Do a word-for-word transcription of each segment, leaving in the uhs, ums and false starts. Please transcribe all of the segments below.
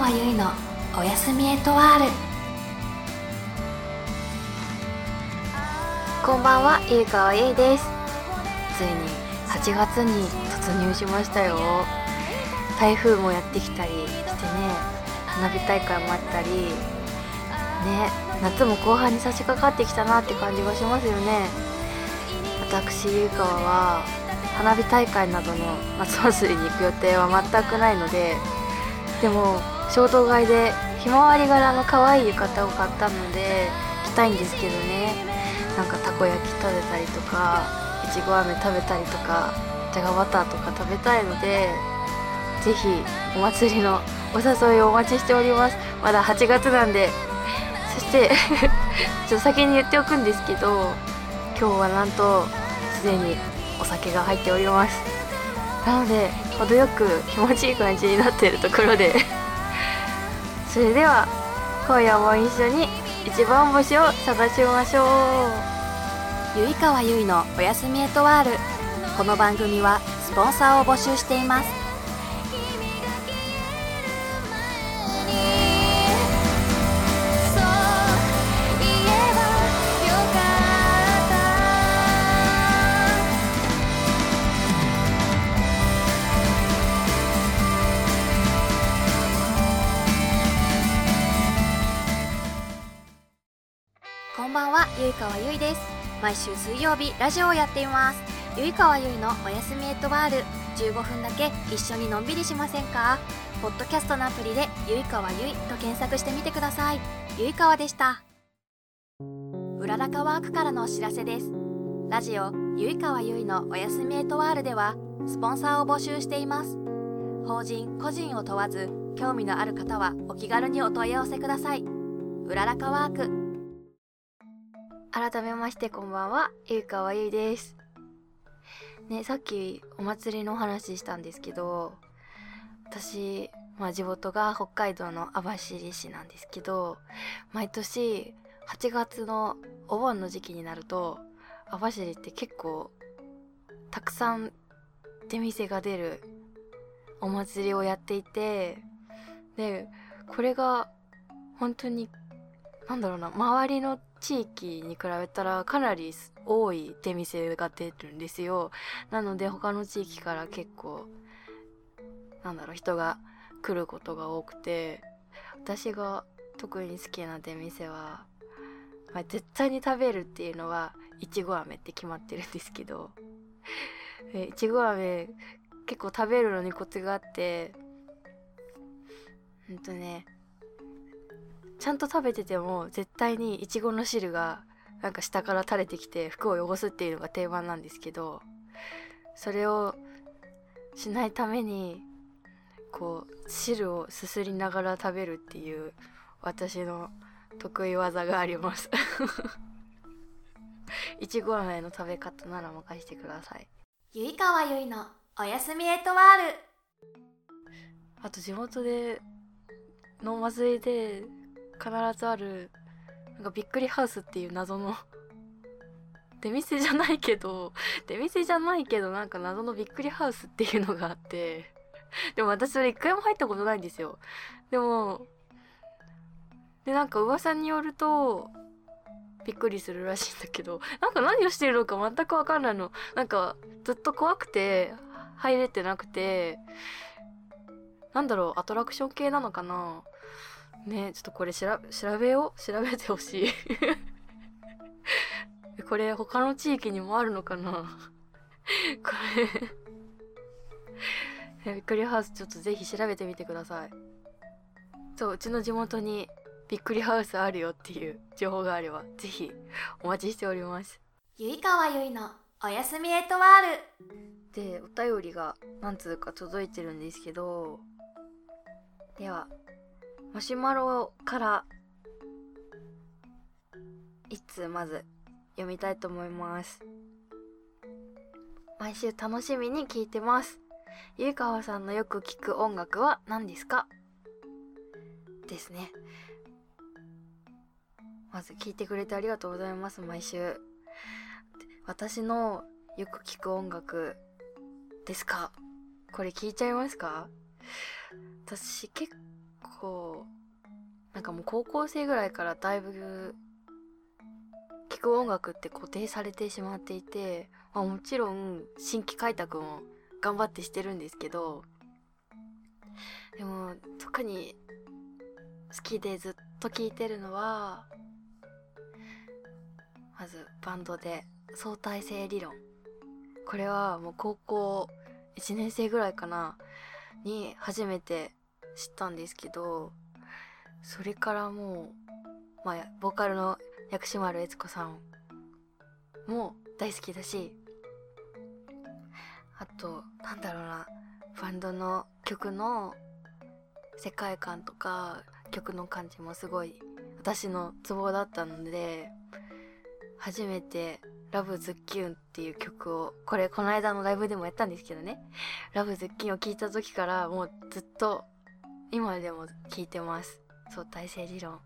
川由衣のおやすみエトワール。こんばんは、ゆいかわゆいです。ついにはちがつに突入しましたよ。台風もやってきたりしてね、花火大会もあったりね、夏も後半に差し掛かってきたなって感じがしますよね。私ゆいかわは花火大会などの夏祭りに行く予定は全くないので、でも衝動買いでひまわり柄の可愛い浴衣を買ったので着たいんですけどね。なんかたこ焼き食べたりとか、いちご飴食べたりとか、じゃがバターとか食べたいので、ぜひお祭りのお誘いをお待ちしております。まだはちがつなんで。そしてちょっと先に言っておくんですけど、今日はなんとすでにお酒が入っております。なので程よく気持ちいい感じになっているところでそれでは今夜も一緒に一番星を探しましょう。ゆいかわゆいのおやすみエトワール。この番組はスポンサーを募集しています。こんばんは、ゆいかわゆいです。毎週水曜日ラジオをやっています。ゆいかわゆいのおやすみエトワール。じゅうごふんだけ一緒にのんびりしませんか？ポッドキャストのアプリでゆいかわゆいと検索してみてください。ゆいかわでした。うららかワークからのお知らせです。ラジオゆいかわゆいのおやすみエトワールではスポンサーを募集しています。法人個人を問わず興味のある方はお気軽にお問い合わせください。うららかワーク。改めましてこんばんは、ゆいかわゆいですね。さっきお祭りの話したんですけど、私、まあ、地元が北海道の網走市なんですけど、毎年はちがつのお盆の時期になると網走って結構たくさん出店が出るお祭りをやっていて、でこれが本当になんだろうな、周りの地域に比べたらかなり多い出店が出るんですよ。なので他の地域から結構なんだろう人が来ることが多くて、私が特に好きな出店は、まあ、絶対に食べるっていうのはいちご飴って決まってるんですけど、いちご飴結構食べるのにコツがあって、ほんとね、ちゃんと食べてても絶対にいちごの汁がなんか下から垂れてきて服を汚すっていうのが定番なんですけど、それをしないためにこう汁をすすりながら食べるっていう私の得意技がありますいちご飴の食べ方なら任せてください。ゆいかわゆいのおやすみエトワール。あと地元でのお祭りで必ずあるなんかびっくりハウスっていう謎の出店じゃないけど出店じゃないけどなんか謎のびっくりハウスっていうのがあって、でも私それ一回も入ったことないんですよ。でもでなんか噂によるとびっくりするらしいんだけど、なんか何をしてるのか全く分かんないの。なんかずっと怖くて入れてなくて、なんだろう、アトラクション系なのかなね。ちょっとこれ調べ、調べよう調べてほしいこれ他の地域にもあるのかなこれびっくりハウスちょっとぜひ調べてみてください。そう、うちの地元にびっくりハウスあるよっていう情報があればぜひお待ちしております。ゆいかわゆいのおやすみエトワールで、お便りが何通か届いてるんですけど、ではマシュマロから一通まず読みたいと思います。毎週楽しみに聞いてます。ゆいかわさんのよく聞く音楽は何ですか？ですね。まず聞いてくれてありがとうございます。毎週私のよく聞く音楽ですか？これ聞いちゃいますか？私結構なんかもう高校生ぐらいからだいぶ聴く音楽って固定されてしまっていて、まあ、もちろん新規開拓も頑張ってしてるんですけど、でも特に好きでずっと聴いてるのは、まずバンドで相対性理論。これはもう高校いちねん生ぐらいかなに初めて知ったんですけど、それからもう、まあ、ボーカルの薬師丸悦子さんも大好きだし、あとなんだろうな、バンドの曲の世界観とか曲の感じもすごい私のツボだったので、初めてラブズッキュンっていう曲を、これこの間のライブでもやったんですけどね、ラブズッキュンを聴いた時からもうずっと今でも聴いてます、相対性理論。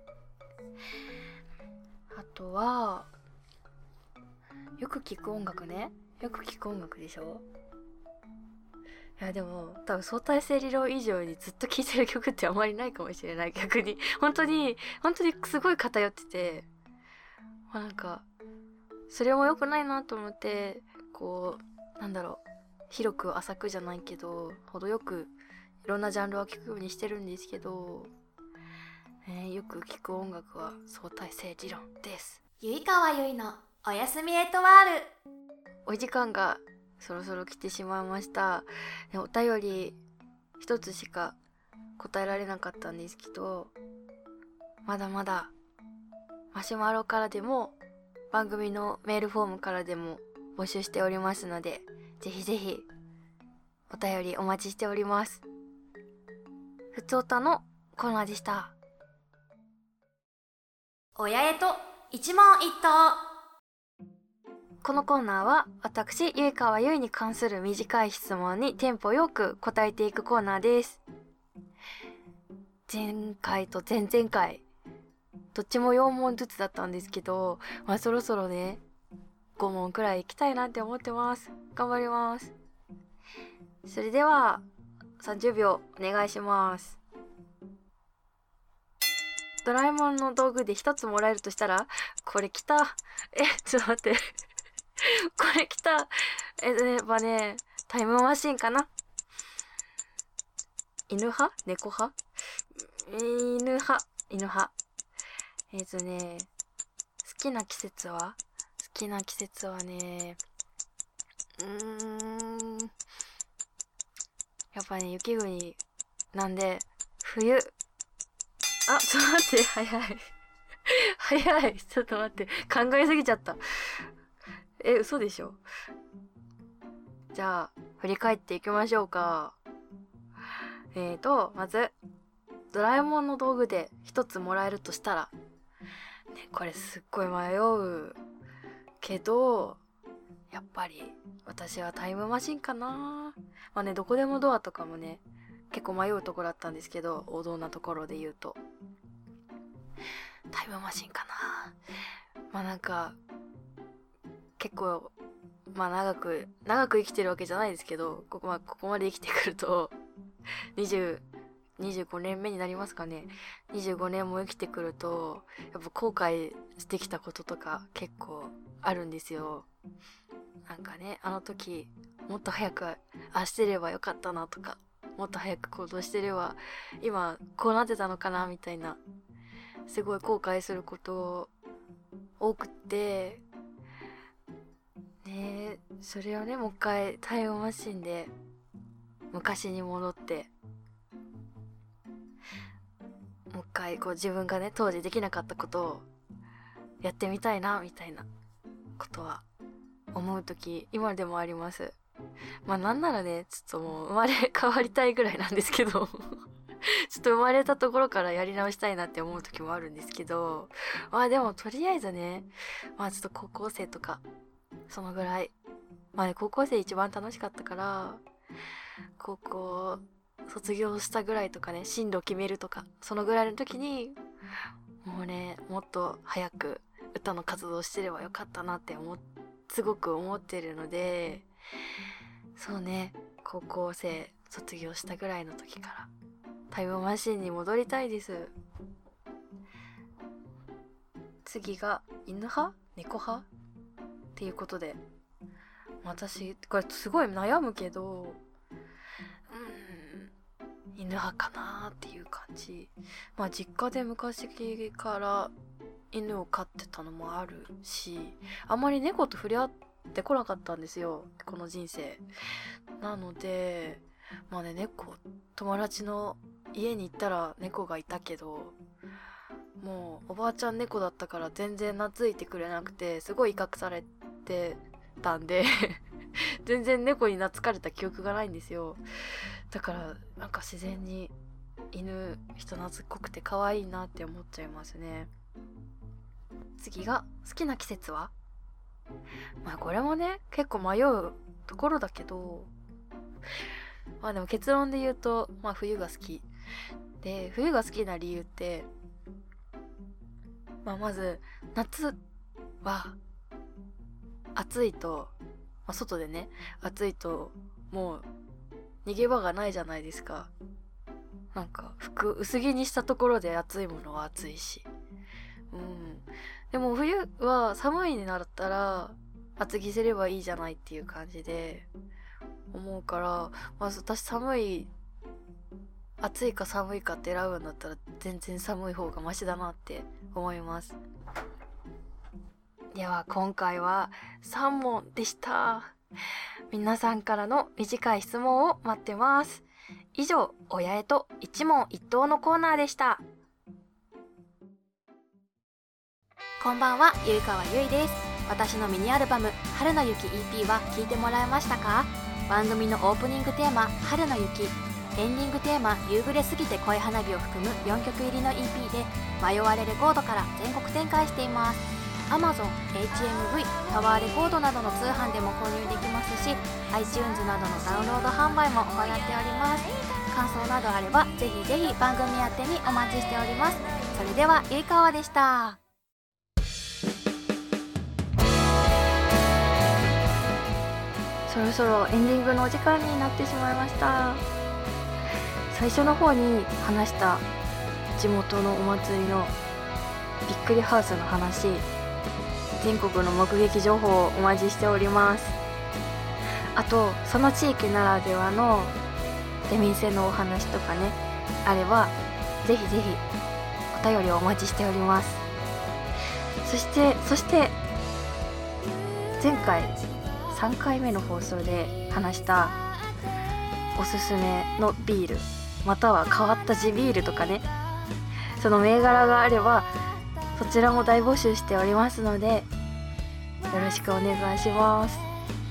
あとはよく聴く音楽ね、よく聴く音楽でしょ。いやでも多分相対性理論以上にずっと聴いてる曲ってあまりないかもしれない、逆に本当に本当にすごい偏ってて、まあ、なんかそれも良くないなと思って、こうなんだろう、広く浅くじゃないけど程よくいろんなジャンルは聴くようにしてるんですけど、えー、よく聴く音楽は相対性理論です。 ゆいかわゆいのおやすみエトワール。 お時間がそろそろ来てしまいました。お便り一つしか答えられなかったんですけど、まだまだマシュマロからでも番組のメールフォームからでも募集しておりますので、ぜひぜひお便りお待ちしております。ふつおたのコーナーでした。 親へと一問一答。 このコーナーは私ゆいかわゆいに関する短い質問にテンポよく答えていくコーナーです。前回と前々回どっちもよん問ずつだったんですけど、まあ、そろそろねご問くらい行きたいなって思ってます。頑張ります。それではさんじゅうびょうお願いします。ドラえもんの道具で一つもらえるとしたら、これきた。えちょっと待ってこれきた。えやっぱね、タイムマシンかな。犬派猫派犬派犬派えっとね、好きな季節は好きな季節はね、うーんやっぱね雪国なんで冬。あ、ちょっと待って、早い早い、ちょっと待って、考えすぎちゃった。え、嘘でしょ。じゃあ振り返っていきましょうか。えーとまずドラえもんの道具で一つもらえるとしたら、ね、これすっごい迷うけど、やっぱり私はタイムマシンかな。まあね、どこでもドアとかもね結構迷うところだったんですけど、王道なところで言うとタイムマシンかな。まあなんか結構まあ長く長く生きてるわけじゃないですけど、ここ、まあ、ここまで生きてくるとにじゅう、にじゅうごねんめになりますかね。にじゅうごねんも生きてくるとやっぱ後悔してきたこととか結構あるんですよ。なんかね、あの時もっと早くあしてればよかったなとか、もっと早く行動してれば今こうなってたのかなみたいな、すごい後悔すること多くってね。それをねもう一回タイムマシンで昔に戻ってもう一回こう自分がね当時できなかったことをやってみたいなみたいなことは思う時今でもあります。まあなんならねちょっともう生まれ変わりたいぐらいなんですけどちょっと生まれたところからやり直したいなって思う時もあるんですけど、まあでもとりあえずね、まあちょっと高校生とかそのぐらい、まあね高校生一番楽しかったから、高校卒業したぐらいとかね、進路決めるとかそのぐらいの時にもうねもっと早く歌の活動してればよかったなって思すごく思ってるので、そうね高校生卒業したぐらいの時からタイムマシンに戻りたいです。 次が犬派猫派っていうことで、私これすごい悩むけど、うーん犬派かなっていう感じ。まあ実家で昔から犬を飼ってたのもあるし、あんまり猫と触れ合ってこなかったんですよ、この人生。なのでまあね、猫、友達の家に行ったら猫がいたけど、もうおばあちゃん猫だったから全然懐いてくれなくて、すごい威嚇されてたんで全然猫に懐かれた記憶がないんですよ。だからなんか自然に犬人懐っこくて可愛いなって思っちゃいますね。次が好きな季節は？まあこれもね結構迷うところだけど、まあでも結論で言うと、まあ冬が好きで、冬が好きな理由って、まあまず夏は暑いと、まあ、外でね暑いともう逃げ場がないじゃないですか。なんか服薄着にしたところで暑いものは暑いし、うん。でも冬は寒いになったら厚着すればいいじゃないっていう感じで思うから、まず私寒い暑いか寒いかって選ぶんだったら全然寒い方がマシだなって思います。では今回はさん問でした。皆さんからの短い質問を待ってます。以上、親へと一問一答のコーナーでした。 こんばんは、ゆいかわゆいです。私のミニアルバム春の雪 イーピー は聴いてもらえましたか？番組のオープニングテーマ春の雪、エンディングテーマ夕暮れすぎて恋花火を含むよんきょく入りの イーピー で迷われレコードから全国展開しています。 Amazon、エイチエムブイ、タワーレコードなどの通販でも購入できますし、 iTunes などのダウンロード販売も行っております。感想などあればぜひぜひ番組宛てにお待ちしております。それではゆいかわでした。 そろそろエンディングのお時間になってしまいました。最初の方に話した地元のお祭りのびっくりハウスの話、全国の目撃情報をお待ちしております。あとその地域ならではの出店のお話とかねあればぜひぜひお便りをお待ちしております。そしてそして前回さんかいめの放送で話したおすすめのビールまたは変わった地ビールとかね、その銘柄があればそちらも大募集しておりますのでよろしくお願いします。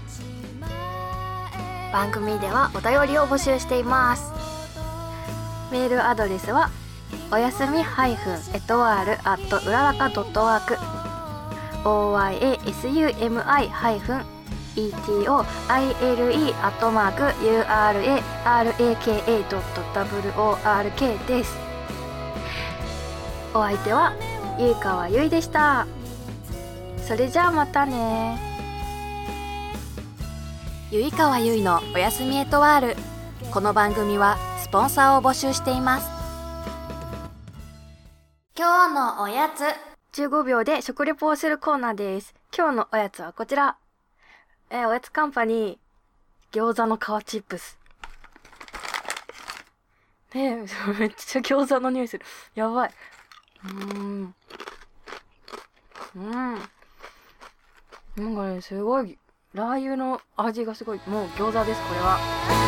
番組ではお便りを募集しています。 メールアドレスはおやすみハイフンエトワールアットうららかドットワーク オーワイエーエスユーエムアイ ハイフン イーティーオーアイエルイー アットマーク ユーアールエーアールエーケーエー ドットダブリューオーアールケー です。お相手はゆいかわゆいでした。それじゃあまたね。 ゆいかわゆいのおやすみエトワール。この番組はスポンサーを募集しています。今日のおやつ、 じゅうごびょうで食レポをするコーナーです。今日のおやつはこちら、えー、おやつカンパニー餃子の皮チップスねえめっちゃ餃子の匂いする。やばい。うーんうんなんかねすごいラー油の味がすごい、もう餃子ですこれは。